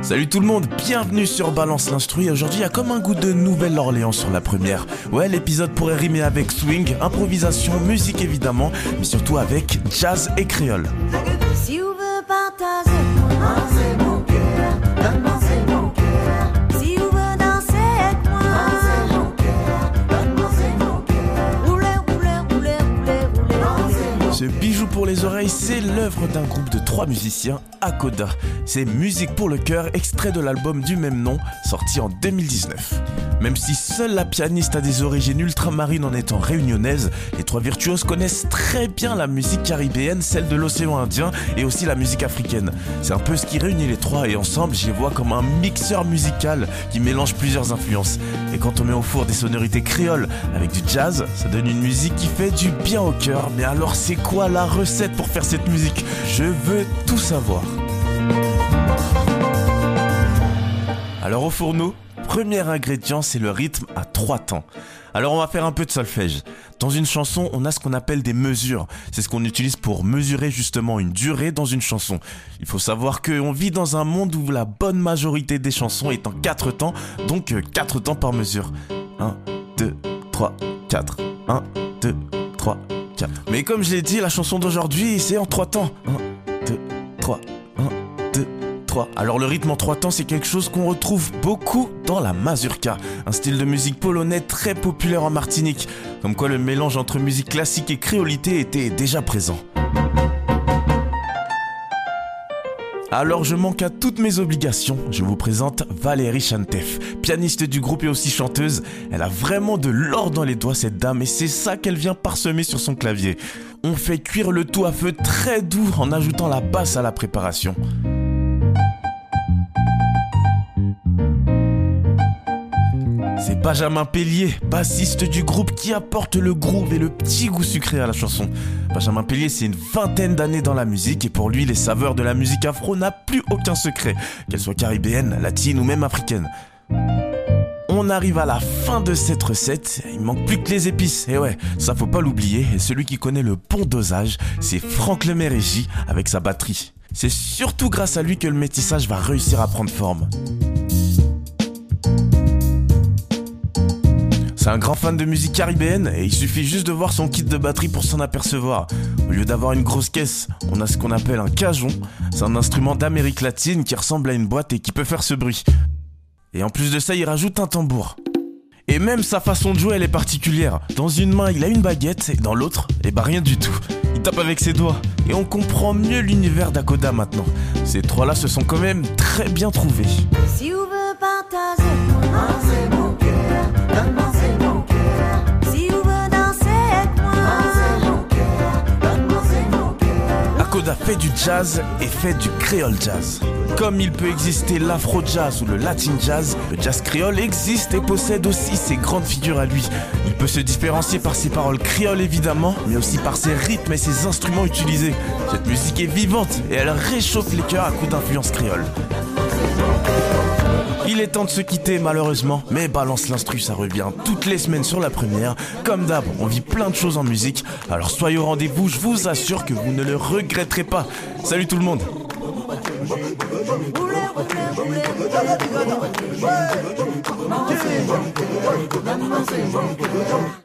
Salut tout le monde, bienvenue sur Balance l'Instru. Aujourd'hui, il y a comme un goût de Nouvelle-Orléans sur la première. Ouais, l'épisode pourrait rimer avec swing, improvisation, musique évidemment, mais surtout avec jazz et créole. Si vous voulez partager moi, c'est mon cœur, donne-moi c'est mon cœur. Si vous voulez danser avec moi, c'est mon cœur, donne-moi c'est mon cœur. Roulez. Ce bijou pour les oreilles, c'est l'œuvre d'un groupe de 3 musiciens, Akoda. C'est Musique pour le cœur, extrait de l'album du même nom, sorti en 2019. Même si seule la pianiste a des origines ultramarines en étant réunionnaise, les 3 virtuoses connaissent très bien la musique caribéenne, celle de l'océan Indien et aussi la musique africaine. C'est un peu ce qui réunit les 3 et ensemble, je les vois comme un mixeur musical qui mélange plusieurs influences. Et quand on met au four des sonorités créoles avec du jazz, ça donne une musique qui fait du bien au cœur. Mais alors c'est quoi la recette pour faire cette musique ? Je veux tout savoir. Alors au fourneau, premier ingrédient, c'est le rythme à 3 temps. Alors on va faire un peu de solfège. Dans une chanson, on a ce qu'on appelle des mesures. C'est ce qu'on utilise pour mesurer justement une durée dans une chanson. Il faut savoir qu'on vit dans un monde où la bonne majorité des chansons est en 4 temps, donc 4 temps par mesure. 1, 2, 3, 4. 1, 2, 3, 4. Mais comme je l'ai dit, la chanson d'aujourd'hui, c'est en 3 temps. 1, 2, 3. 1, 2, 3. Alors le rythme en 3 temps, c'est quelque chose qu'on retrouve beaucoup dans la mazurka, un style de musique polonais très populaire en Martinique. Comme quoi le mélange entre musique classique et créolité était déjà présent. Alors je manque à toutes mes obligations, je vous présente Valérie Chantef, pianiste du groupe et aussi chanteuse. Elle a vraiment de l'or dans les doigts cette dame et c'est ça qu'elle vient parsemer sur son clavier. On fait cuire le tout à feu très doux en ajoutant la basse à la préparation. C'est Benjamin Pellier, bassiste du groupe, qui apporte le groove et le petit goût sucré à la chanson. Benjamin Pellier, c'est une 20aine d'années dans la musique et pour lui, les saveurs de la musique afro n'a plus aucun secret, qu'elle soit caribéenne, latine ou même africaine. On arrive à la fin de cette recette, il manque plus que les épices. Et ouais, ça faut pas l'oublier, et celui qui connaît le bon dosage, c'est Franck Lemérégie avec sa batterie. C'est surtout grâce à lui que le métissage va réussir à prendre forme. C'est un grand fan de musique caribéenne et il suffit juste de voir son kit de batterie pour s'en apercevoir. Au lieu d'avoir une grosse caisse, on a ce qu'on appelle un cajon. C'est un instrument d'Amérique latine qui ressemble à une boîte et qui peut faire ce bruit. Et en plus de ça, il rajoute un tambour. Et même sa façon de jouer, elle est particulière. Dans une main, il a une baguette et dans l'autre, rien du tout. Il tape avec ses doigts. Et on comprend mieux l'univers d'Akoda maintenant. Ces 3-là se sont quand même très bien trouvés. Si vous voulez partager moi, c'est mon cœur, donne-moi c'est mon cœur. Si vous voulez danser avec moi, c'est mon cœur, donne-moi c'est mon cœur. Akoda fait du jazz et fait du créole jazz. Comme il peut exister l'afro-jazz ou le latin jazz, le jazz créole existe et possède aussi ses grandes figures à lui. Il peut se différencier par ses paroles créoles évidemment, mais aussi par ses rythmes et ses instruments utilisés. Cette musique est vivante et elle réchauffe les cœurs à coups d'influence créole. Il est temps de se quitter malheureusement, mais Balance l'Instru, ça revient toutes les semaines sur la première. Comme d'hab, on vit plein de choses en musique, alors soyez au rendez-vous, je vous assure que vous ne le regretterez pas. Salut tout le monde. Roulez.